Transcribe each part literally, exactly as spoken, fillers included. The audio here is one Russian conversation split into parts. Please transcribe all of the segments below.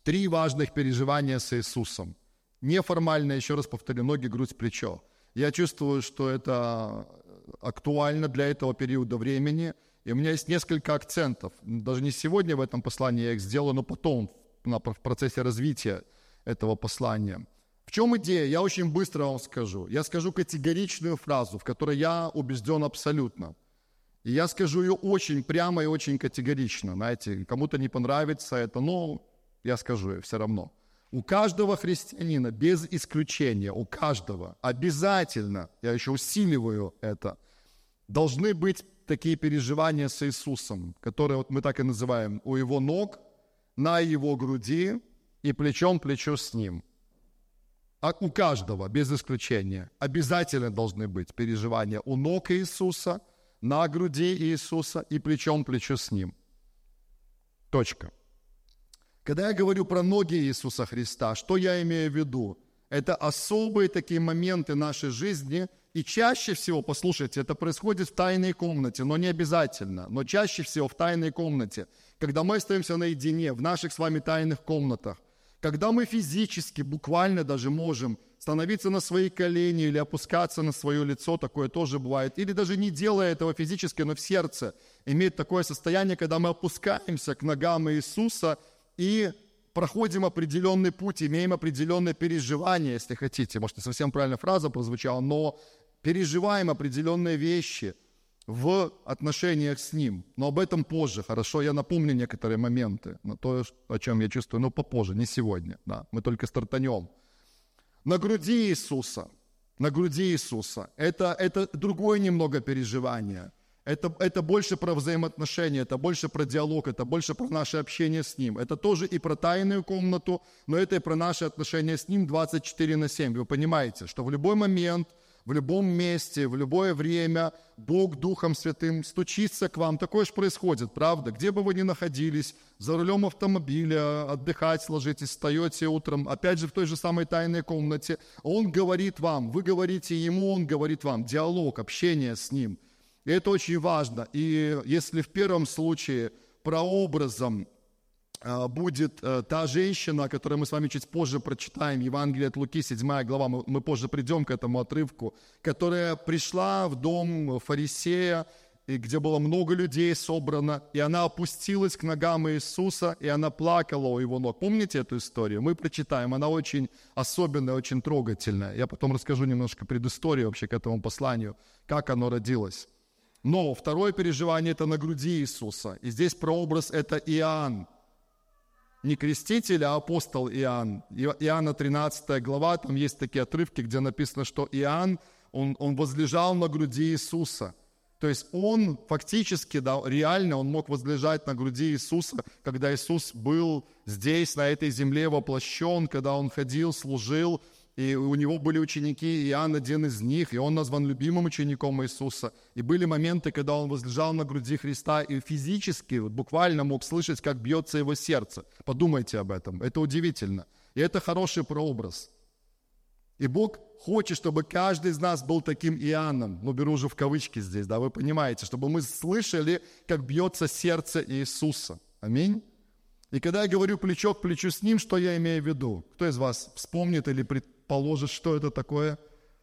Три важных переживания с Иисусом. Неформально, еще раз повторю, ноги, грудь, плечо. Я чувствую, что это актуально для этого периода времени. И у меня есть несколько акцентов. Даже не сегодня в этом послании я их сделаю, но потом, в процессе развития этого послания. В чем идея? Я очень быстро вам скажу. Я скажу категоричную фразу, в которой я убежден абсолютно. И я скажу ее очень прямо и очень категорично. Знаете, кому-то не понравится это, но я скажу ее все равно. У каждого христианина, без исключения, у каждого, обязательно, я еще усиливаю это, должны быть такие переживания с Иисусом, которые вот мы так и называем, у Его ног, на Его груди и плечом к плечу с Ним. А у каждого, без исключения, обязательно должны быть переживания у ног Иисуса, на груди Иисуса и плечом к плечу с Ним. Точка. Когда я говорю про ноги Иисуса Христа, что я имею в виду? Это особые такие моменты нашей жизни, и чаще всего, послушайте, это происходит в тайной комнате, но не обязательно, но чаще всего в тайной комнате, когда мы остаемся наедине, в наших с вами тайных комнатах, когда мы физически, буквально даже можем становиться на свои колени или опускаться на свое лицо, такое тоже бывает, или даже не делая этого физически, но в сердце, иметь такое состояние, когда мы опускаемся к ногам Иисуса и проходим определенный путь, имеем определенное переживание, если хотите, может, не совсем правильная фраза прозвучала, но переживаем определенные вещи в отношениях с Ним. Но об этом позже, хорошо? Я напомню некоторые моменты, на то, о чем я чувствую, но попозже, не сегодня. Да, мы только стартанем. На груди Иисуса, на груди Иисуса, это, это другое немного переживание. Это, это больше про взаимоотношения, это больше про диалог, это больше про наше общение с Ним. Это тоже и про тайную комнату, но это и про наши отношения с Ним двадцать четыре на семь. Вы понимаете, что в любой момент, в любом месте, в любое время Бог Духом Святым стучится к вам. Такое же происходит, правда? Где бы вы ни находились, за рулем автомобиля, отдыхать ложитесь, встаете утром, опять же в той же самой тайной комнате. Он говорит вам, вы говорите Ему, Он говорит вам. Диалог, общение с Ним. И это очень важно. И если в первом случае прообразом э, будет э, та женщина, которую мы с вами чуть позже прочитаем, Евангелие от Луки, седьмая глава, мы, мы позже придем к этому отрывку, которая пришла в дом фарисея, и где было много людей собрано, и она опустилась к ногам Иисуса, и она плакала у Его ног. Помните эту историю? Мы прочитаем, она очень особенная, очень трогательная. Я потом расскажу немножко предысторию вообще к этому посланию, как оно родилось. Но второе переживание – это на груди Иисуса. И здесь прообраз – это Иоанн. Не креститель, а апостол Иоанн. Иоанна тринадцатая глава, там есть такие отрывки, где написано, что Иоанн, он, он возлежал на груди Иисуса. То есть он фактически, да, реально, он мог возлежать на груди Иисуса, когда Иисус был здесь, на этой земле воплощен, когда он ходил, служил, и у него были ученики, Иоанн один из них, и он назван любимым учеником Иисуса. И были моменты, когда он возлежал на груди Христа и физически, вот буквально мог слышать, как бьется его сердце. Подумайте об этом, это удивительно. И это хороший прообраз. И Бог хочет, чтобы каждый из нас был таким Иоанном, ну, беру уже в кавычки здесь, да, вы понимаете, чтобы мы слышали, как бьется сердце Иисуса. Аминь. И когда я говорю плечо к плечу с Ним, что я имею в виду? Кто из вас вспомнит или предположит, что это такое?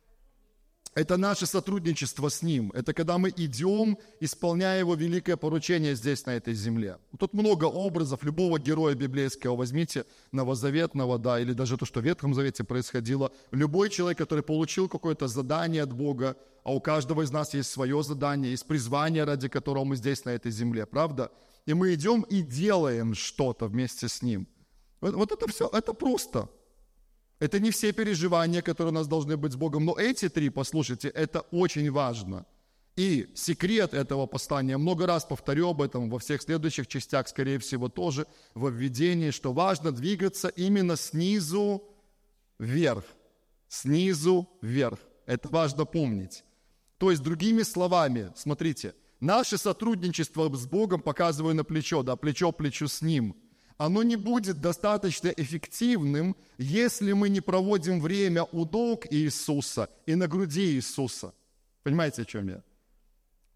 Это наше сотрудничество с Ним. Это когда мы идем, исполняя Его великое поручение здесь, на этой земле. Тут много образов любого героя библейского. Возьмите новозаветного, да, или даже то, что в Ветхом Завете происходило. Любой человек, который получил какое-то задание от Бога, а у каждого из нас есть свое задание, есть призвание, ради которого мы здесь, на этой земле, правда? И мы идем и делаем что-то вместе с Ним. Вот, вот это все, это просто. Это не все переживания, которые у нас должны быть с Богом, но эти три, послушайте, это очень важно. И секрет этого послания, много раз повторю об этом во всех следующих частях, скорее всего, тоже во введении, что важно двигаться именно снизу вверх. Снизу вверх. Это важно помнить. То есть, другими словами, смотрите, наше сотрудничество с Богом, показываю на плечо, да, плечо к плечу с Ним, оно не будет достаточно эффективным, если мы не проводим время у ног Иисуса и на груди Иисуса. Понимаете, о чем я?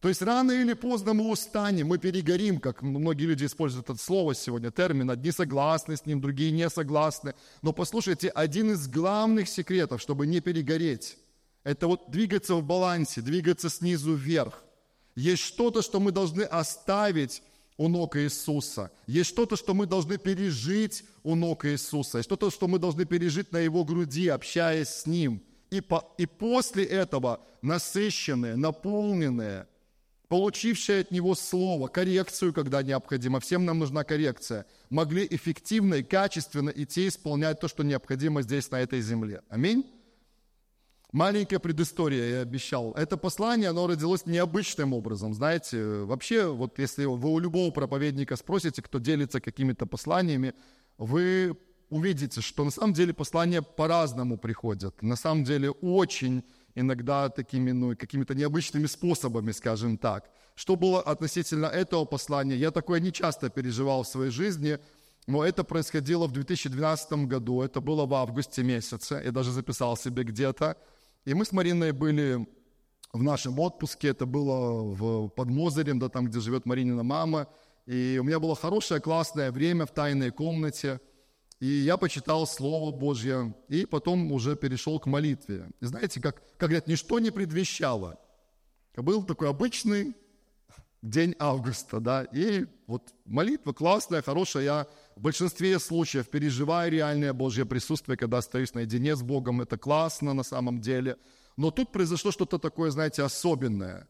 То есть рано или поздно мы устанем, мы перегорим, как многие люди используют это слово сегодня, термин, одни согласны с ним, другие не согласны. Но послушайте, один из главных секретов, чтобы не перегореть, это вот двигаться в балансе, двигаться снизу вверх. Есть что-то, что мы должны оставить у ног Иисуса. Есть что-то, что мы должны пережить у ног Иисуса. Есть что-то, что мы должны пережить на Его груди, общаясь с Ним. И, по, и после этого насыщенные, наполненные, получившие от Него Слово, коррекцию, когда необходимо, всем нам нужна коррекция, могли эффективно и качественно идти исполнять то, что необходимо здесь, на этой земле. Аминь. Маленькая предыстория, я обещал. Это послание, оно родилось необычным образом. Знаете, вообще, вот если вы у любого проповедника спросите, кто делится какими-то посланиями, вы увидите, что на самом деле послания по-разному приходят. На самом деле очень иногда такими, ну, какими-то необычными способами, скажем так. Что было относительно этого послания? Я такое не часто переживал в своей жизни, но это происходило в две тысячи двенадцатом году, это было в августе месяце, я даже записал себе где-то. И мы с Мариной были в нашем отпуске, это было в, под Мозырем, да, там, где живет Маринина мама. И у меня было хорошее, классное время в тайной комнате. И я почитал Слово Божье, и потом уже перешел к молитве. И знаете, как, как говорят, ничто не предвещало. Был такой обычный день августа, да, и вот молитва классная, хорошая. Я в большинстве случаев переживаю реальное Божье присутствие, когда остаюсь наедине с Богом. Это классно на самом деле. Но тут произошло что-то такое, знаете, особенное.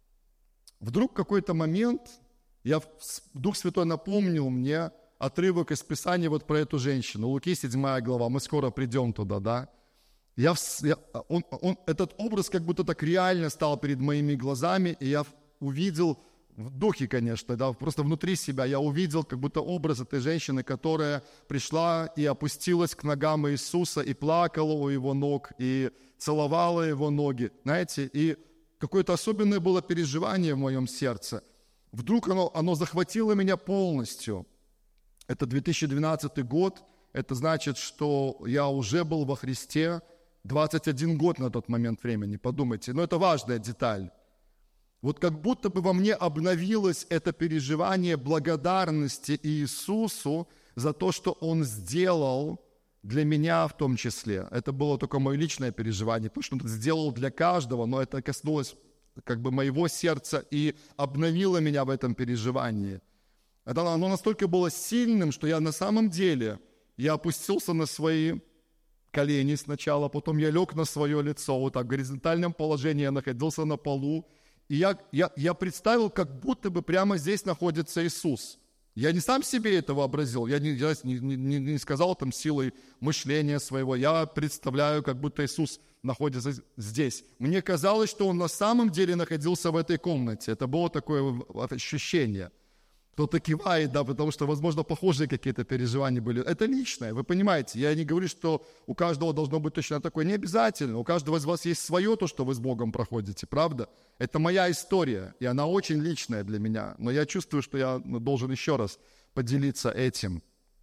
Вдруг в какой-то момент я, Дух Святой напомнил мне отрывок из Писания вот про эту женщину. Луки, седьмая глава, мы скоро придем туда, да. Я, я, он, он, этот образ как будто так реально стал перед моими глазами, и я увидел, в духе, конечно, да, просто внутри себя, я увидел как будто образ этой женщины, которая пришла и опустилась к ногам Иисуса, и плакала у Его ног, и целовала Его ноги, знаете, и какое-то особенное было переживание в моем сердце. Вдруг оно, оно захватило меня полностью. Это две тысячи двенадцатый год, это значит, что я уже был во Христе двадцать один год на тот момент времени, подумайте. Но это важная деталь. Вот как будто бы во мне обновилось это переживание благодарности Иисусу за то, что Он сделал для меня в том числе. Это было только мое личное переживание, потому что Он сделал для каждого, но это коснулось как бы моего сердца и обновило меня в этом переживании. Это оно настолько было сильным, что я на самом деле, я опустился на свои колени сначала, потом я лег на свое лицо, вот так в горизонтальном положении я находился на полу, и я, я, я представил, как будто бы прямо здесь находится Иисус. Я не сам себе это вообразил, я не, я не, не, не сказал там силой мышления своего, я представляю, как будто Иисус находится здесь. Мне казалось, что Он на самом деле находился в этой комнате, это было такое ощущение. Кто-то кивает, да, потому что, возможно, похожие какие-то переживания были. Это личное, вы понимаете. Я не говорю, что у каждого должно быть точно такое. Не обязательно. У каждого из вас есть свое то, что вы с Богом проходите, правда? Это моя история, и она очень личная для меня. Но я чувствую, что я должен еще раз поделиться этим.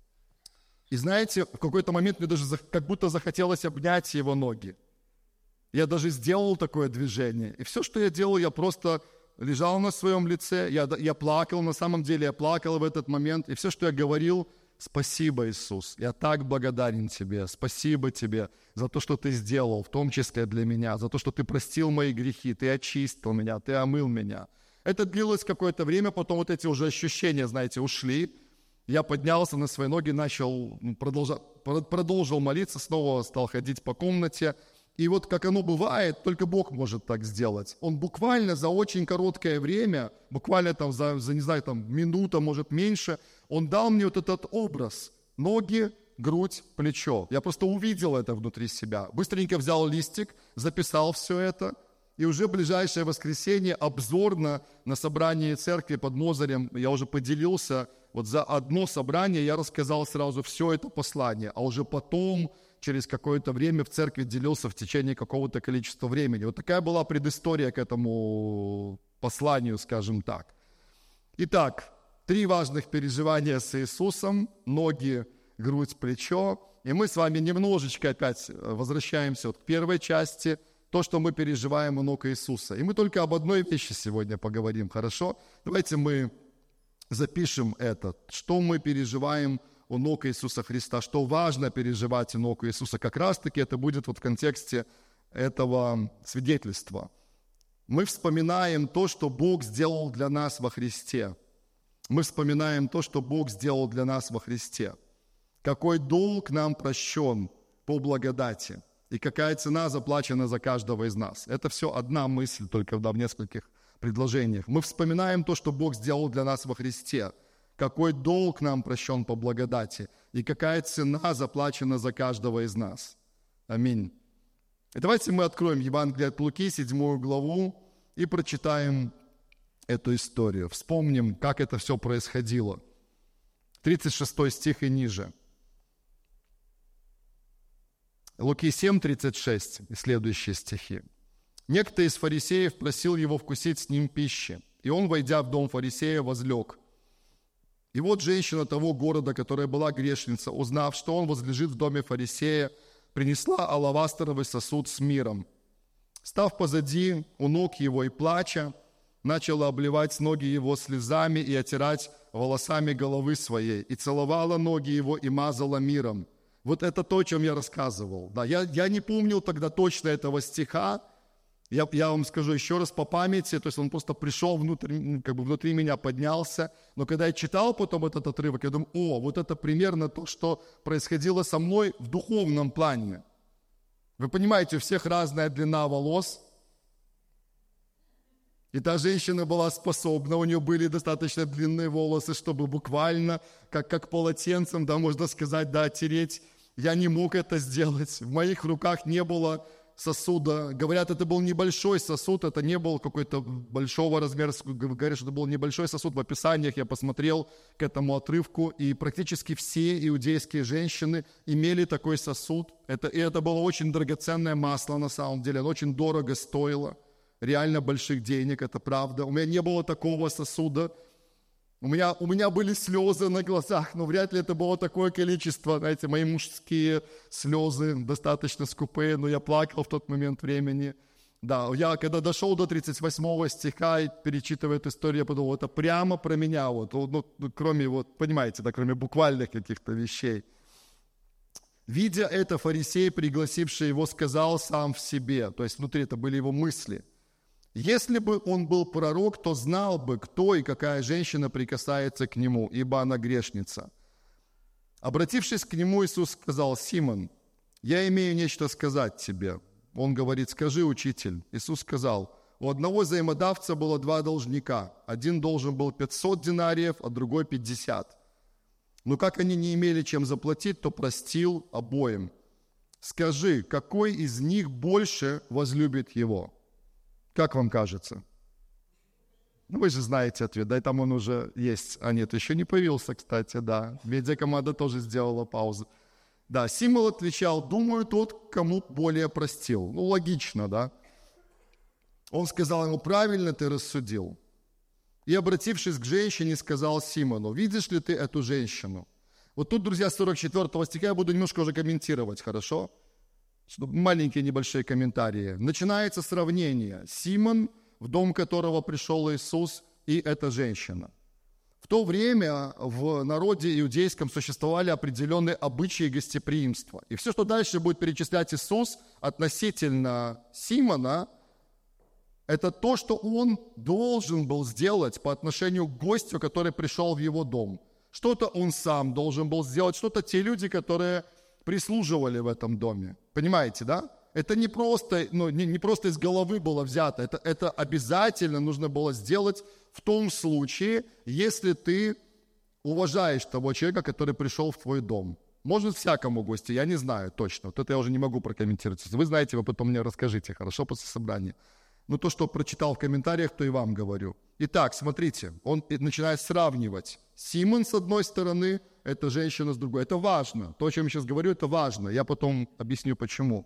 И знаете, в какой-то момент мне даже как будто захотелось обнять Его ноги. Я даже сделал такое движение. И все, что я делал, я просто лежал на своем лице, я, я плакал, на самом деле я плакал в этот момент, и все, что я говорил, спасибо, Иисус, я так благодарен Тебе, спасибо Тебе за то, что Ты сделал, в том числе для меня, за то, что Ты простил мои грехи, Ты очистил меня, Ты омыл меня. Это длилось какое-то время, потом вот эти уже ощущения, знаете, ушли, я поднялся на свои ноги, начал, продолжал, продолжил молиться, снова стал ходить по комнате. И вот как оно бывает, только Бог может так сделать. Он буквально за очень короткое время, буквально там за, за не знаю, там минута, может меньше, Он дал мне вот этот образ. Ноги, грудь, плечо. Я просто увидел это внутри себя. Быстренько взял листик, записал все это. И уже в ближайшее воскресенье обзорно на собрании церкви под Мозырем я уже поделился. Вот за одно собрание я рассказал сразу все это послание. А уже потом, через какое-то время в церкви делился в течение какого-то количества времени. Вот такая была предыстория к этому посланию, скажем так. Итак, три важных переживания с Иисусом. Ноги, грудь, плечо. И мы с вами немножечко опять возвращаемся вот к первой части. то, что мы переживаем у ног Иисуса. И мы только об одной вещи сегодня поговорим, хорошо? Давайте мы запишем это, что мы переживаем у ног Иисуса Христа, что важно переживать у ног Иисуса. Как раз-таки это будет вот в контексте этого свидетельства. Мы вспоминаем то, что Бог сделал для нас во Христе. Мы вспоминаем то, что Бог сделал для нас во Христе. Какой долг нам прощен по благодати. И какая цена заплачена за каждого из нас. Это все одна мысль, только в нескольких предложениях. Мы вспоминаем то, что Бог сделал для нас во Христе. Какой долг нам прощен по благодати. И какая цена заплачена за каждого из нас. Аминь. И давайте мы откроем Евангелие от Луки, седьмую главу, и прочитаем эту историю. Вспомним, как это все происходило. тридцать шестой стих и ниже. Луки семь, тридцать шесть и следующие стихи. «Некто из фарисеев просил его вкусить с ним пищи, и он, войдя в дом фарисея, возлег. И вот женщина того города, которая была грешница, узнав, что он возлежит в доме фарисея, принесла алавастровый сосуд с миром. Став позади у ног его и плача, начала обливать ноги его слезами и отирать волосами головы своей, и целовала ноги его и мазала миром». Вот это то, о чем я рассказывал. Да, я, я не помнил тогда точно этого стиха. Я, я вам скажу еще раз по памяти. То есть он просто пришел внутрь, как бы внутри меня поднялся. Но когда я читал потом этот отрывок, я думаю, о, вот это примерно то, что происходило со мной в духовном плане. Вы понимаете, у всех разная длина волос. И та женщина была способна, у нее были достаточно длинные волосы, чтобы буквально, как, как полотенцем, да, можно сказать, да, оттереть. Я не мог это сделать. В моих руках не было сосуда. Говорят, это был небольшой сосуд, это не был какой-то большого размера. Говорят, что это был небольшой сосуд. В описаниях я посмотрел к этому отрывку, и практически все иудейские женщины имели такой сосуд. Это, и это было очень драгоценное масло на самом деле, оно очень дорого стоило. Реально больших денег, это правда. У меня не было такого сосуда. У меня, у меня были слезы на глазах, но вряд ли это было такое количество. Знаете, мои мужские слезы достаточно скупые, но я плакал в тот момент времени. Да, я когда дошел до тридцать восьмого стиха и перечитывая эту историю, я подумал, это прямо про меня, вот, ну, кроме, вот, понимаете, да, кроме буквальных каких-то вещей. Видя это, фарисей, пригласивший его, сказал сам в себе, то есть внутри это были его мысли. Если бы он был пророк, то знал бы, кто и какая женщина прикасается к нему, ибо она грешница. Обратившись к нему, Иисус сказал: «Симон, я имею нечто сказать тебе». Он говорит: «Скажи, учитель». Иисус сказал: «У одного взаимодавца было два должника. Один должен был пятьсот динариев, а другой пятьдесят. Но как они не имели чем заплатить, то простил обоим. Скажи, какой из них больше возлюбит его?» Как вам кажется? Ну, вы же знаете ответ, да, и там он уже есть. А нет, еще не появился, кстати, да. Медиакоманда тоже сделала паузу. Да, Симон отвечал: «Думаю, тот, кому более простил». Ну, логично, да. Он сказал ему: «Правильно ты рассудил». И, обратившись к женщине, сказал Симону: «Видишь ли ты эту женщину?» Вот тут, друзья, с сорок четвёртого стиха я буду немножко уже комментировать, хорошо? Маленькие небольшие комментарии. Начинается сравнение. Симон, в дом которого пришел Иисус, и эта женщина. В то время в народе иудейском существовали определенные обычаи гостеприимства. И все, что дальше будет перечислять Иисус относительно Симона, это то, что он должен был сделать по отношению к гостю, который пришел в его дом. Что-то он сам должен был сделать, что-то те люди, которые прислуживали в этом доме. Понимаете, да? Это не просто, ну, не, не просто из головы было взято. Это, это обязательно нужно было сделать в том случае, если ты уважаешь того человека, который пришел в твой дом. Может, всякому гостю, я не знаю точно. Вот это я уже не могу прокомментировать. Вы знаете, вы потом мне расскажите, хорошо, после собрания. Но то, что прочитал в комментариях, то и вам говорю. Итак, смотрите, он начинает сравнивать. Симон с одной стороны, это женщина с другой. Это важно. То, о чем я сейчас говорю, это важно. Я потом объясню, почему.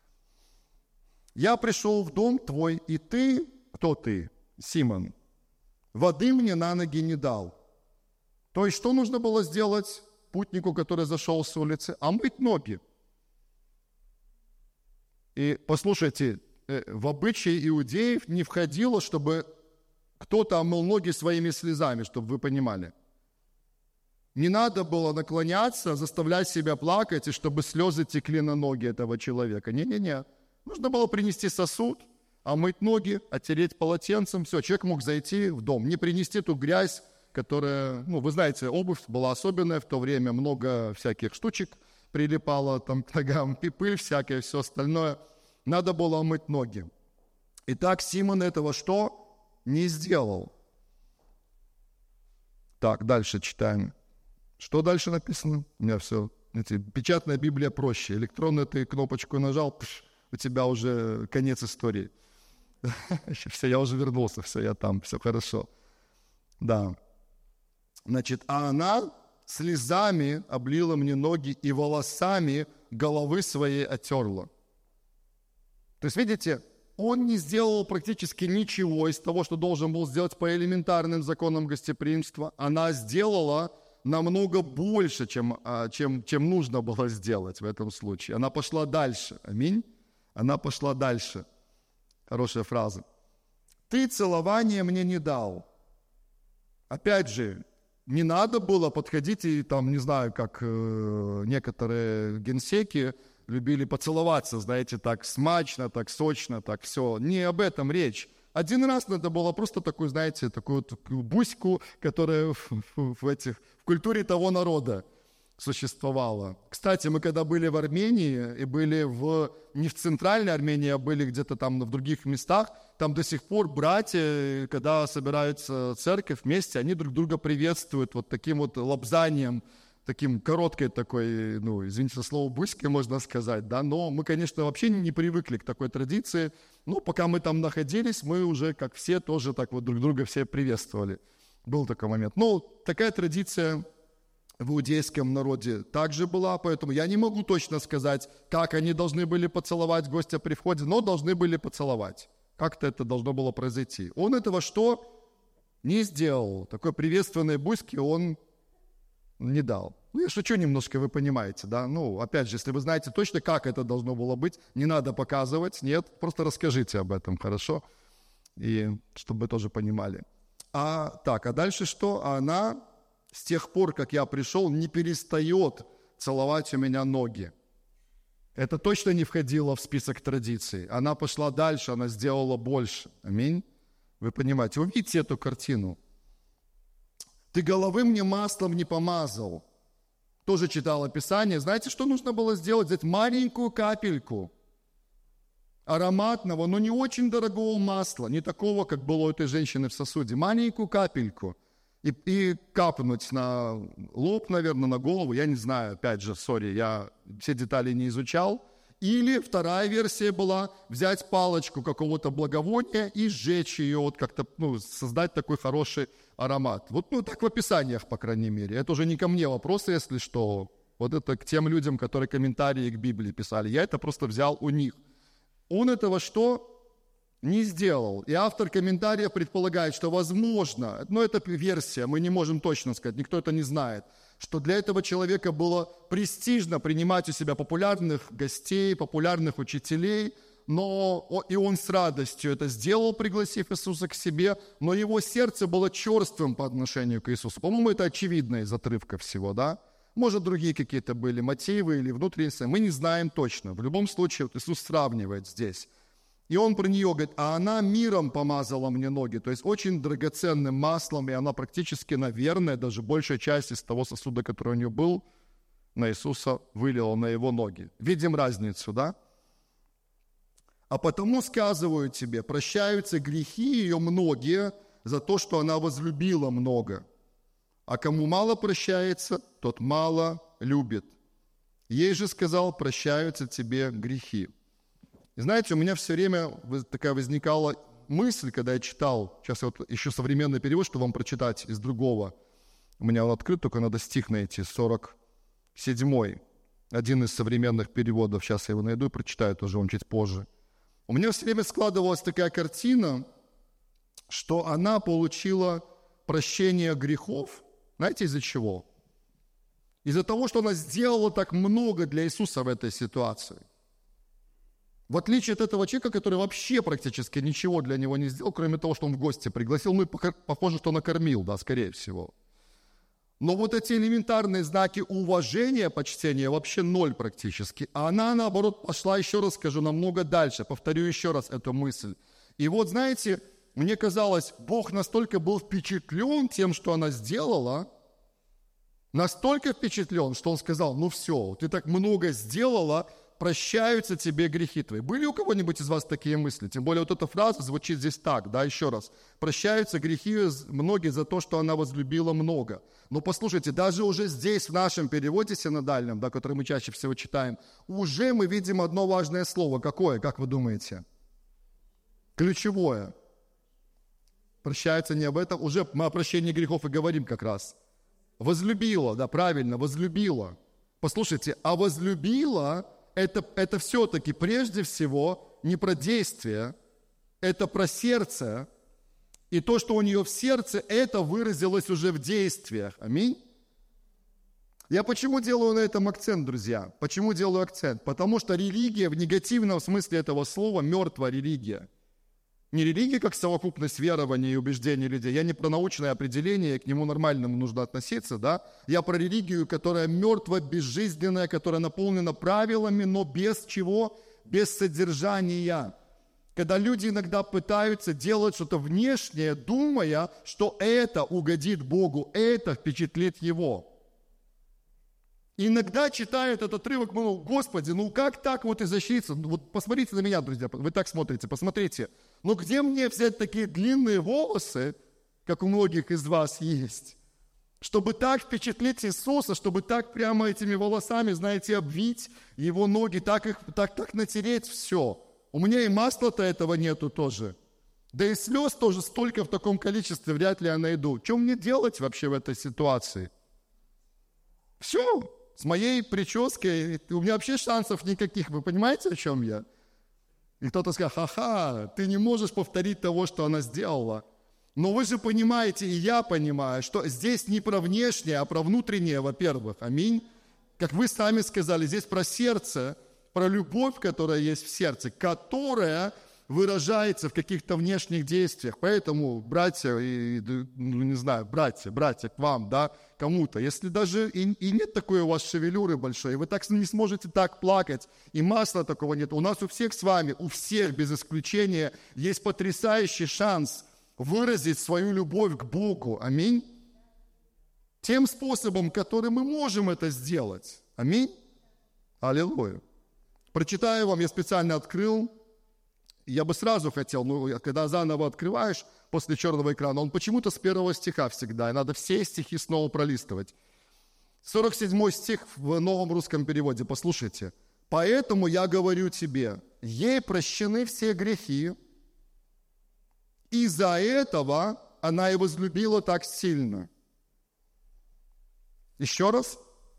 «Я пришел в дом твой, и ты...» Кто ты, Симон? «Воды мне на ноги не дал». То есть, что нужно было сделать путнику, который зашел с улицы? Омыть ноги. И послушайте, в обычаи иудеев не входило, чтобы кто-то омыл ноги своими слезами, чтобы вы понимали. Не надо было наклоняться, заставлять себя плакать, и чтобы слезы текли на ноги этого человека. Не-не-не. Нужно было принести сосуд, омыть ноги, оттереть полотенцем. Все, человек мог зайти в дом, не принести ту грязь, которая, ну, вы знаете, обувь была особенная в то время, много всяких штучек прилипало там к ногам, пыль всякая, все остальное. Надо было омыть ноги. Итак, Симон этого что? Не сделал. Так, дальше читаем. Что дальше написано? У меня все. Знаете, печатная Библия проще. Электронную ты кнопочку нажал, пш, у тебя уже конец истории. Все, я уже вернулся, все, я там, все хорошо. Да. Значит, а она слезами облила мне ноги и волосами головы своей оттерла. То есть, видите, он не сделал практически ничего из того, что должен был сделать по элементарным законам гостеприимства. Она сделала намного больше, чем, чем, чем нужно было сделать в этом случае. Она пошла дальше. Аминь. Она пошла дальше. Хорошая фраза. Ты целование мне не дал. Опять же, не надо было подходить и там, не знаю, как э, некоторые генсеки любили поцеловаться, знаете, так смачно, так сочно, так все. Не об этом речь. Один раз надо было просто такую, знаете, такую, такую буську, которая в, в, в, этих, в культуре того народа существовала. Кстати, мы когда были в Армении, и были в, не в центральной Армении, а были где-то там в других местах, там до сих пор братья, когда собираются в церковь вместе, они друг друга приветствуют вот таким вот лобзанием, таким короткой такой, ну, извините за слово, буськой, можно сказать, да, но мы, конечно, вообще не привыкли к такой традиции, но пока мы там находились, мы уже, как все, тоже так вот друг друга все приветствовали. Был такой момент. Ну, такая традиция в иудейском народе также была, поэтому я не могу точно сказать, как они должны были поцеловать гостя при входе, но должны были поцеловать. Как-то это должно было произойти. Он этого что? Не сделал. Такой приветственной буськи он не дал. Ну, я шучу немножко, вы понимаете, да? Ну, опять же, если вы знаете точно, как это должно было быть, не надо показывать, нет, просто расскажите об этом, хорошо? И чтобы вы тоже понимали. А так, а дальше что? А она с тех пор, как я пришел, не перестает целовать у меня ноги. Это точно не входило в список традиций. Она пошла дальше, она сделала больше. Аминь. Вы понимаете, увидите эту картину. Ты головы мне маслом не помазал. Тоже читала Писание. Знаете, что нужно было сделать? Взять маленькую капельку ароматного, но не очень дорогого масла, не такого, как было у этой женщины в сосуде. Маленькую капельку. И, и капнуть на лоб, наверное, на голову. Я не знаю, опять же, сори, я все детали не изучал. Или вторая версия была взять палочку какого-то благовония и сжечь ее, вот как-то, ну, создать такой хороший аромат. Вот, ну, так в описаниях, по крайней мере. Это уже не ко мне вопросы, если что. Вот это к тем людям, которые комментарии к Библии писали. Я это просто взял у них. Он этого что? Не сделал. И автор комментария предполагает, что возможно, но это версия, мы не можем точно сказать, никто это не знает, что для этого человека было престижно принимать у себя популярных гостей, популярных учителей, но и он с радостью это сделал, пригласив Иисуса к себе, но его сердце было черствым по отношению к Иисусу. По-моему, это очевидно из отрывка всего, да? Может, другие какие-то были мотивы или внутренние, мы не знаем точно. В любом случае, вот Иисус сравнивает здесь. И он про нее говорит, а она миром помазала мне ноги, то есть очень драгоценным маслом, и она практически, наверное, даже большая часть из того сосуда, который у нее был, на Иисуса вылила на его ноги. Видим разницу, да? А потому сказываю тебе, прощаются грехи ее многие за то, что она возлюбила много. А кому мало прощается, тот мало любит. Ей же сказал, прощаются тебе грехи. И знаете, у меня все время такая возникала мысль, когда я читал, сейчас я вот ищу современный перевод, чтобы вам прочитать из другого. У меня он открыт, только надо стих найти, сорок седьмой. Один из современных переводов, сейчас я его найду и прочитаю тоже, он чуть позже. У меня все время складывалась такая картина, что она получила прощение грехов. Знаете, из-за чего? Из-за того, что она сделала так много для Иисуса в этой ситуации. В отличие от этого человека, который вообще практически ничего для него не сделал, кроме того, что он в гости пригласил, ну и похоже, что накормил, да, скорее всего. Но вот эти элементарные знаки уважения, почтения вообще ноль практически. А она, наоборот, пошла, еще раз скажу, намного дальше. Повторю еще раз эту мысль. И вот, знаете, мне казалось, Бог настолько был впечатлен тем, что она сделала, настолько впечатлен, что Он сказал, ну все, ты так много сделала, прощаются тебе грехи твои. Были у кого-нибудь из вас такие мысли? Тем более вот эта фраза звучит здесь так, да, еще раз. Прощаются грехи многие за то, что она возлюбила много. Но послушайте, даже уже здесь, в нашем переводе синодальном, да, который мы чаще всего читаем, уже мы видим одно важное слово. Какое, как вы думаете? Ключевое. Прощаются не об этом. Уже мы о прощении грехов и говорим как раз. Возлюбила, да, правильно, возлюбила. Послушайте, а возлюбила... Это, это все-таки прежде всего не про действие, это про сердце. И то, что у нее в сердце, это выразилось уже в действиях. Аминь. Я почему делаю на этом акцент, друзья? Почему делаю акцент? Потому что религия в негативном смысле этого слова мертвая религия. Не религия как совокупность верований и убеждений людей. Я не про научное определение, к нему нормальному нужно относиться, да? Я про религию, которая мертвая, безжизненная, которая наполнена правилами, но без чего? Без содержания. Когда люди иногда пытаются делать что-то внешнее, думая, что это угодит Богу, это впечатлит Его. Иногда читая этот отрывок, ну, Господи, ну как так вот изощриться? Вот посмотрите на меня, друзья, вы так смотрите, посмотрите. Ну где мне взять такие длинные волосы, как у многих из вас есть, чтобы так впечатлить Иисуса, чтобы так прямо этими волосами, знаете, обвить Его ноги, так их, так, так натереть все. У меня и масла-то этого нету тоже. Да и слез тоже столько в таком количестве вряд ли я найду. Что мне делать вообще в этой ситуации? Все. С моей прической у меня вообще шансов никаких. Вы понимаете, о чем я? И кто-то сказал, ха-ха, ты не можешь повторить того, что она сделала. Но вы же понимаете, и я понимаю, что здесь не про внешнее, а про внутреннее, во-первых. Аминь. Как вы сами сказали, здесь про сердце, про любовь, которая есть в сердце, которая выражается в каких-то внешних действиях. Поэтому, братья, и, ну, не знаю, братья, братья к вам, да, кому-то, если даже и, и нет такой у вас шевелюры большой, и вы так не сможете так плакать, и масла такого нет, у нас у всех с вами, у всех без исключения, есть потрясающий шанс выразить свою любовь к Богу. Аминь. Тем способом, которым мы можем это сделать. Аминь. Аллилуйя. Прочитаю вам, я специально открыл. Я бы сразу хотел, ну, когда заново открываешь после черного экрана, он почему-то с первого стиха всегда, и надо все стихи снова пролистывать. сорок седьмой стих в новом русском переводе, послушайте. «Поэтому я говорю тебе, ей прощены все грехи, из-за этого она и возлюбила так сильно». Еще раз.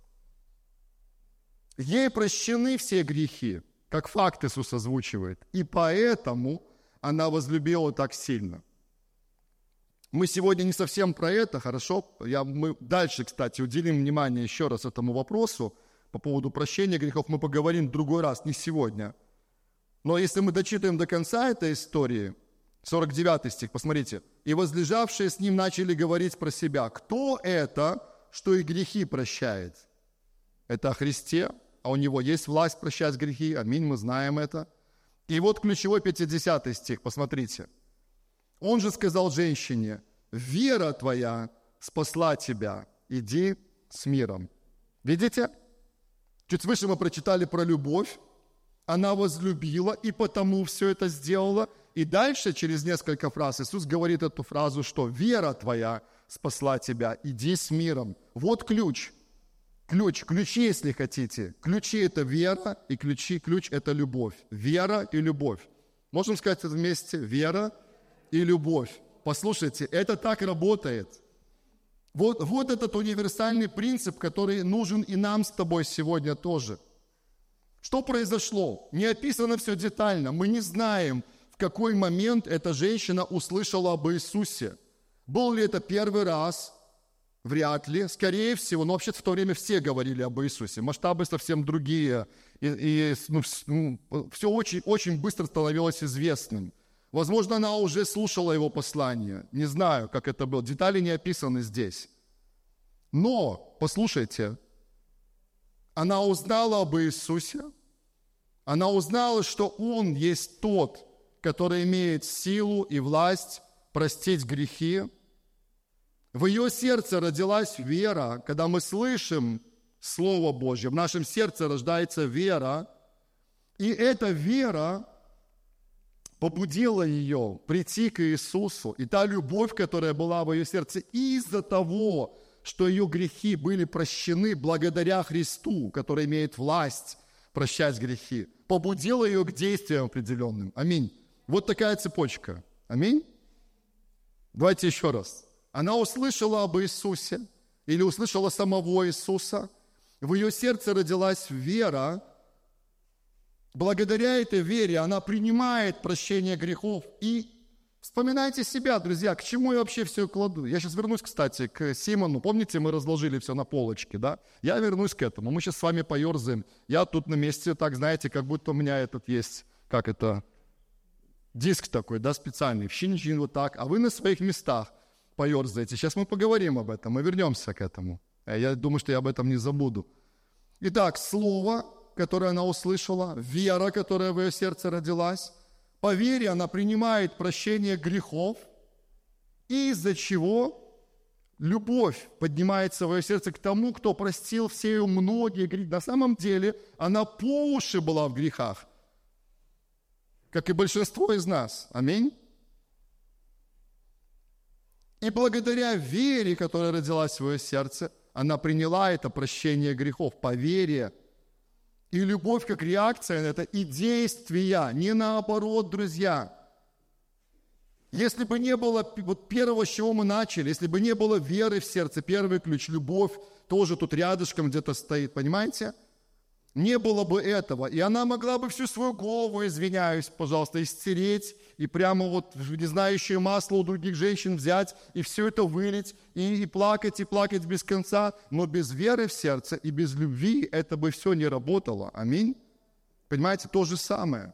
«Ей прощены все грехи». Как факт Иисус озвучивает. И поэтому она возлюбила так сильно. Мы сегодня не совсем про это, хорошо? Я, мы дальше, кстати, уделим внимание еще раз этому вопросу по поводу прощения грехов. Мы поговорим в другой раз, не сегодня. Но если мы дочитаем до конца этой истории, сорок девятый стих, посмотрите. «И возлежавшие с ним начали говорить про себя. Кто это, что и грехи прощает?» Это о Христе. А у Него есть власть прощать грехи. Аминь, мы знаем это. И вот ключевой пятидесятый стих, посмотрите. Он же сказал женщине, вера твоя спасла тебя, иди с миром. Видите? Чуть выше мы прочитали про любовь. Она возлюбила и потому все это сделала. И дальше, через несколько фраз, Иисус говорит эту фразу, что вера твоя спасла тебя, иди с миром. Вот ключ. Ключ, ключи, если хотите. Ключи – это вера, и ключи, ключ – это любовь. Вера и любовь. Можем сказать это вместе? Вера и любовь. Послушайте, это так работает. Вот, вот этот универсальный принцип, который нужен и нам с тобой сегодня тоже. Что произошло? Не описано все детально. Мы не знаем, в какой момент эта женщина услышала об Иисусе. Был ли это первый раз? Вряд ли, скорее всего, но вообще в то время все говорили об Иисусе, масштабы совсем другие, и, и ну, все очень, очень быстро становилось известным. Возможно, она уже слушала его послание, не знаю, как это было, детали не описаны здесь. Но, послушайте, она узнала об Иисусе, она узнала, что Он есть тот, который имеет силу и власть простить грехи. В ее сердце родилась вера, когда мы слышим Слово Божье, в нашем сердце рождается вера, и эта вера побудила ее прийти к Иисусу. И та любовь, которая была в ее сердце из-за того, что ее грехи были прощены благодаря Христу, который имеет власть прощать грехи, побудила ее к действиям определенным. Аминь. Вот такая цепочка. Аминь. Давайте еще раз. Она услышала об Иисусе или услышала самого Иисуса. В ее сердце родилась вера. Благодаря этой вере она принимает прощение грехов. И вспоминайте себя, друзья, к чему я вообще все кладу. Я сейчас вернусь, кстати, к Симону. Помните, мы разложили все на полочке, да? Я вернусь к этому. Мы сейчас с вами поерзаем. Я тут на месте, так, знаете, как будто у меня этот есть, как это, диск такой, да, специальный. Вщин-чин вот так. А вы на своих местах поерзаете. Сейчас мы поговорим об этом. Мы вернемся к этому. Я думаю, что я об этом не забуду. Итак, слово, которое она услышала, вера, которая в ее сердце родилась. По вере она принимает прощение грехов, из-за чего любовь поднимается в ее сердце к тому, кто простил все ее многие грехи. На самом деле она по уши была в грехах, как и большинство из нас. Аминь. И благодаря вере, которая родилась в ее сердце, она приняла это прощение грехов по вере. И любовь как реакция на это, и действия, не наоборот, друзья. Если бы не было вот первого, с чего мы начали, если бы не было веры в сердце, первый ключ, любовь, тоже тут рядышком где-то стоит, понимаете? Не было бы этого, и она могла бы всю свою голову, извиняюсь, пожалуйста, исцереть, и прямо вот не знающее масло у других женщин взять, и все это вылить, и, и плакать, и плакать без конца, но без веры в сердце и без любви это бы все не работало. Аминь. Понимаете, то же самое.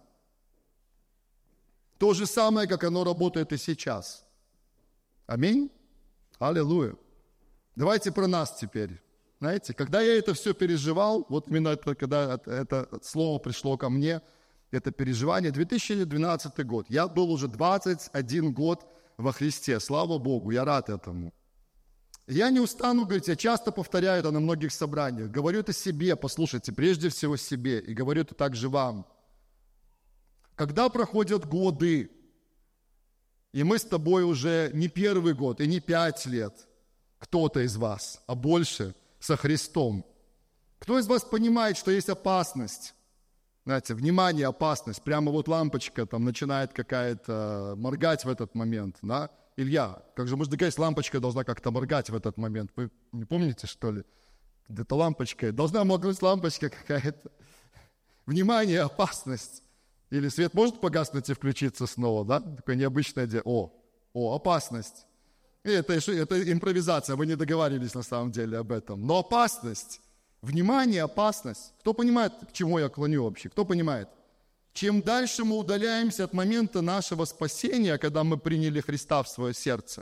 То же самое, как оно работает и сейчас. Аминь. Аллилуйя. Давайте про нас теперь. Знаете, когда я это все переживал, вот именно это, когда это слово пришло ко мне, это переживание, две тысячи двенадцатый год, я был уже двадцать один год во Христе, слава Богу, я рад этому. Я не устану говорить, я часто повторяю это на многих собраниях, говорю это себе, послушайте, прежде всего себе, и говорю это также вам. Когда проходят годы, и мы с тобой уже не первый год, и не пять лет, кто-то из вас, а больше – со Христом. Кто из вас понимает, что есть опасность? Знаете, внимание, опасность. Прямо вот лампочка там начинает какая-то моргать в этот момент. Да? Илья, как же можно сказать, лампочка должна как-то моргать в этот момент? Вы не помните, что ли? Где-то лампочка. Должна моргнуть лампочка какая-то. Внимание, опасность. Или свет может погаснуть и включиться снова, да? Такое необычное дело. О, о, опасность. Это, это импровизация, вы не договаривались на самом деле об этом. Но опасность, внимание, опасность. Кто понимает, к чему я клоню вообще? Кто понимает? Чем дальше мы удаляемся от момента нашего спасения, когда мы приняли Христа в свое сердце,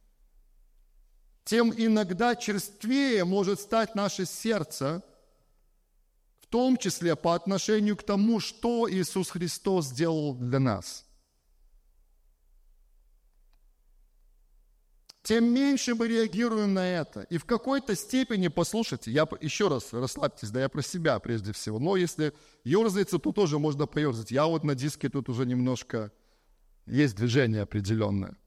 тем иногда черствее может стать наше сердце, в том числе по отношению к тому, что Иисус Христос сделал для нас. Тем меньше мы реагируем на это. И в какой-то степени, послушайте, я еще раз, расслабьтесь, да я про себя прежде всего. Но если ерзается, то тоже можно поерзать. Я вот на диске тут уже немножко, есть движение определенное.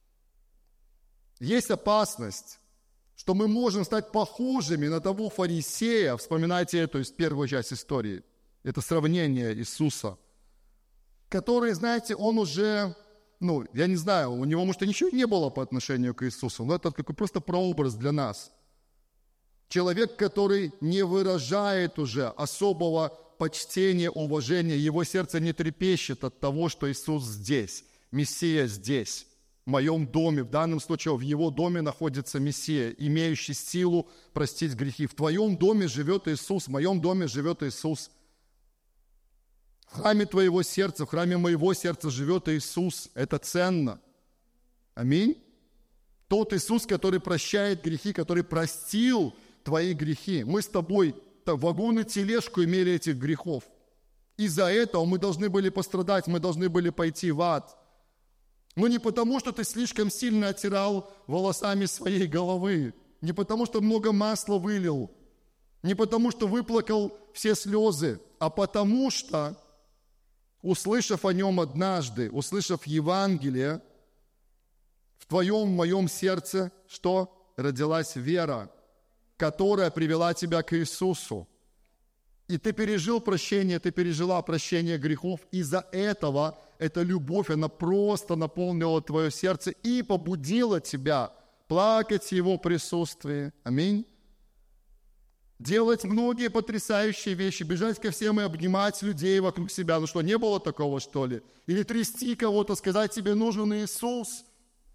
Есть опасность, что мы можем стать похожими на того фарисея. Вспоминайте эту из первой части истории. Это сравнение Иисуса, который, знаете, он уже... Ну, я не знаю, у него, может, и ничего не было по отношению к Иисусу, но это такой просто прообраз для нас. Человек, который не выражает уже особого почтения, уважения, его сердце не трепещет от того, что Иисус здесь, Мессия здесь. в моем доме, в данном случае в его доме находится Мессия, имеющий силу простить грехи. В твоем доме живет Иисус, в моем доме живет Иисус. В храме твоего сердца, в храме моего сердца живет Иисус. Это ценно. Аминь. Тот Иисус, который прощает грехи, который простил твои грехи. Мы с тобой вагон и тележку имели этих грехов. Из-за этого мы должны были пострадать, мы должны были пойти в ад. Но не потому, что ты слишком сильно оттирал волосами своей головы, не потому, что много масла вылил, не потому, что выплакал все слезы, а потому что, услышав о нем однажды, услышав Евангелие, в твоем, в моем сердце, что? Родилась вера, которая привела тебя к Иисусу. И ты пережил прощение, ты пережила прощение грехов. Из-за этого эта любовь, она просто наполнила твое сердце и побудила тебя плакать в Его присутствии. Аминь. Делать многие потрясающие вещи, бежать ко всем и обнимать людей вокруг себя. Ну что, не было такого, что ли? Или трясти кого-то, сказать, тебе нужен Иисус?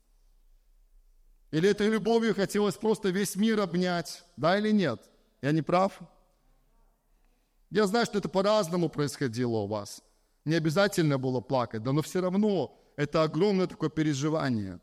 Или этой любовью хотелось просто весь мир обнять? Да или нет? Я не прав? Я знаю, что это по-разному происходило у вас. Не обязательно было плакать, да, но все равно это огромное такое переживание.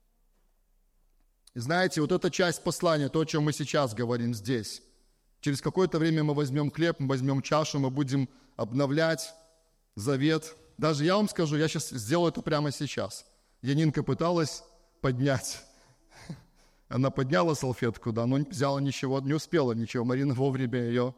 И знаете, вот эта часть послания, то, о чем мы сейчас говорим здесь, через какое-то время мы возьмем хлеб, мы возьмем чашу, мы будем обновлять завет. Даже я вам скажу, я сейчас сделаю это прямо сейчас. Янинка пыталась поднять. Она подняла салфетку, да, но не взяла ничего, не успела ничего. Марина вовремя ее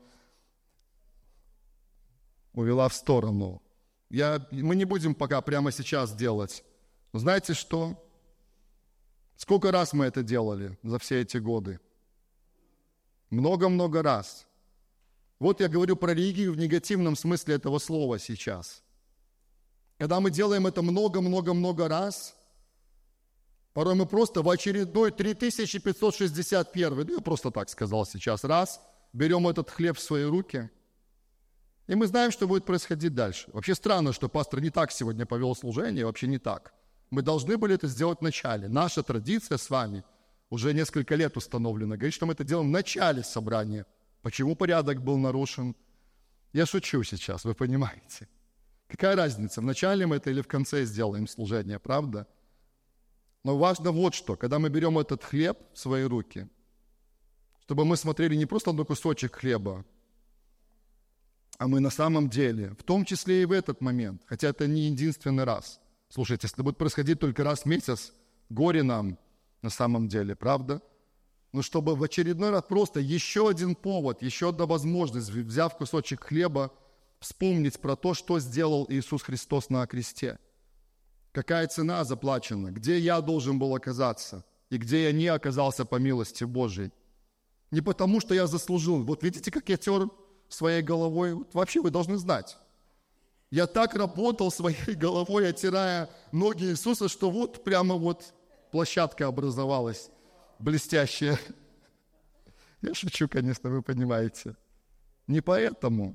увела в сторону. Я, мы не будем пока прямо сейчас делать. Но знаете что? Сколько раз мы это делали за все эти годы? Много-много раз. Вот я говорю про религию в негативном смысле этого слова сейчас. Когда мы делаем это много-много-много раз, порой мы просто в очередной три тысячи пятьсот шестьдесят первый, ну я просто так сказал сейчас, раз, берем этот хлеб в свои руки, и мы знаем, что будет происходить дальше. Вообще странно, что пастор не так сегодня повел служение, вообще не так. Мы должны были это сделать в начале. Наша традиция с вами уже несколько лет установлена. Говорит, что мы это делаем в начале собрания. Почему порядок был нарушен? Я шучу сейчас, вы понимаете. Какая разница, в начале мы это или в конце сделаем служение, правда? Но важно вот что, когда мы берем этот хлеб в свои руки, чтобы мы смотрели не просто на кусочек хлеба, а мы на самом деле, в том числе и в этот момент, хотя это не единственный раз. Слушайте, если это будет происходить только раз в месяц, горе нам на самом деле, правда? Но чтобы в очередной раз просто еще один повод, еще одна возможность, взяв кусочек хлеба, вспомнить про то, что сделал Иисус Христос на кресте. Какая цена заплачена, где я должен был оказаться и где я не оказался по милости Божией. Не потому, что я заслужил. Вот видите, как я тер своей головой? Вот вообще вы должны знать. Я так работал своей головой, оттирая ноги Иисуса, что вот прямо вот площадка образовалась блестящая. Я шучу, конечно, вы понимаете. Не поэтому.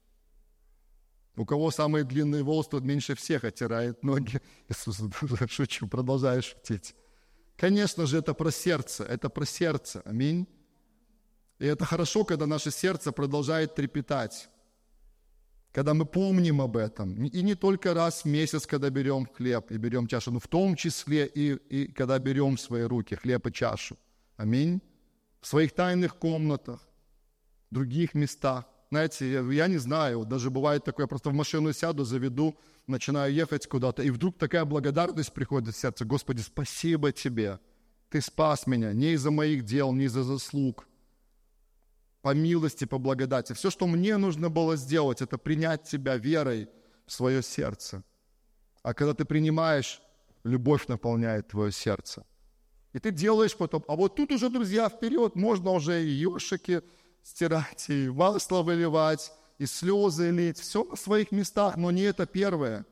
У кого самые длинные волосы, тот меньше всех оттирает ноги. Иисус, шучу, продолжаю шутить. Конечно же, это про сердце, это про сердце. Аминь. И это хорошо, когда наше сердце продолжает трепетать. Когда мы помним об этом. И не только раз в месяц, когда берем хлеб и берем чашу, но в том числе и, и когда берем в свои руки хлеб и чашу. Аминь. В своих тайных комнатах, в других местах. Знаете, я, я не знаю, даже бывает такое, я просто в машину сяду, заведу, начинаю ехать куда-то, и вдруг такая благодарность приходит в сердце. Господи, спасибо Тебе. Ты спас меня не из-за моих дел, не из-за заслуг. По милости, по благодати. Все, что мне нужно было сделать, это принять Тебя верой в свое сердце. А когда ты принимаешь, любовь наполняет твое сердце. И ты делаешь потом. А вот тут уже, друзья, вперед, можно уже и ёшики стирать, и масло выливать, и слезы лить. Все на своих местах, но не это первое.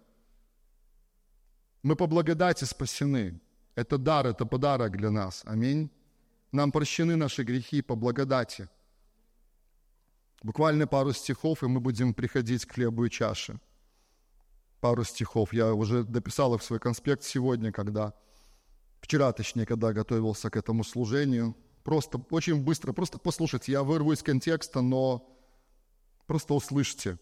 Мы по благодати спасены. Это дар, это подарок для нас. Аминь. Нам прощены наши грехи по благодати. Буквально пару стихов, и мы будем приходить к хлебу и чаше. Пару стихов. Я уже дописал их в свой конспект сегодня, когда Вчера, точнее, когда готовился к этому служению, просто очень быстро, просто послушайте, я вырву из контекста, но просто услышьте.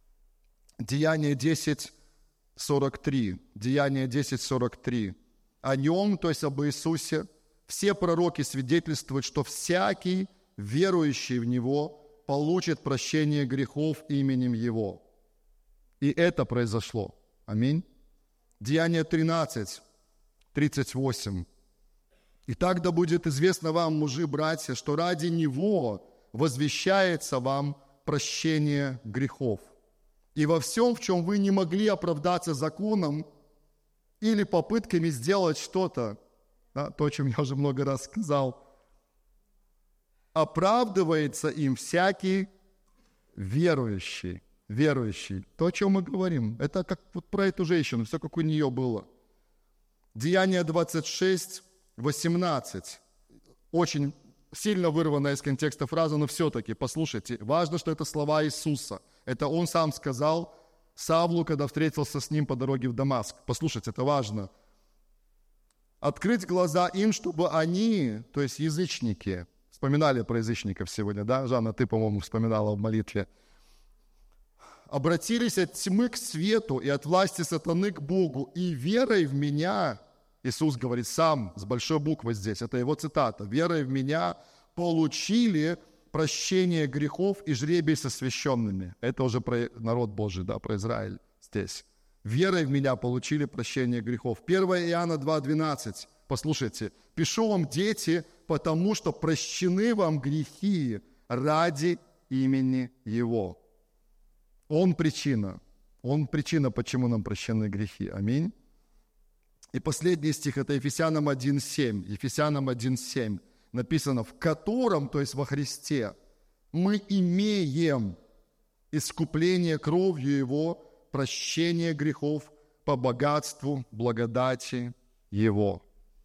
Деяние десять сорок три. Деяние десять сорок три. О нем, то есть об Иисусе, все пророки свидетельствуют, что всякий, верующий в Него, получит прощение грехов именем Его. И это произошло. Аминь. Деяние тринадцать, тридцать восемь. «Итак, да будет известно вам, мужи, братья, что ради Него возвещается вам прощение грехов. И во всем, в чем вы не могли оправдаться законом или попытками сделать что-то, да, то, о чем я уже много раз сказал, оправдывается им всякий верующий». Верующий. То, о чем мы говорим. Это как вот про эту женщину, все как у нее было. Деяние двадцать шесть, восемнадцать. Очень сильно вырванная из контекста фраза, но все-таки, послушайте, важно, что это слова Иисуса. Это Он сам сказал Савлу, когда встретился с ним по дороге в Дамаск. Послушайте, это важно. Открыть глаза им, чтобы они, то есть язычники, вспоминали про язычников сегодня, да? Жанна, ты, по-моему, вспоминала в молитве. Обратились от тьмы к свету и от власти сатаны к Богу, и верой в Меня, Иисус говорит сам, с большой буквы здесь, это его цитата, верой в Меня получили прощение грехов и жребий с освященными. Это уже про народ Божий, да, про Израиль здесь. Верой в Меня получили прощение грехов. первое Иоанна два двенадцать, послушайте, «Пишу вам, дети, потому что прощены вам грехи ради имени Его». Он причина. Он причина, почему нам прощены грехи. Аминь. И последний стих, это Ефесянам один семь. Ефесянам один семь написано, в котором, то есть во Христе, мы имеем искупление кровью Его, прощение грехов по богатству благодати Его.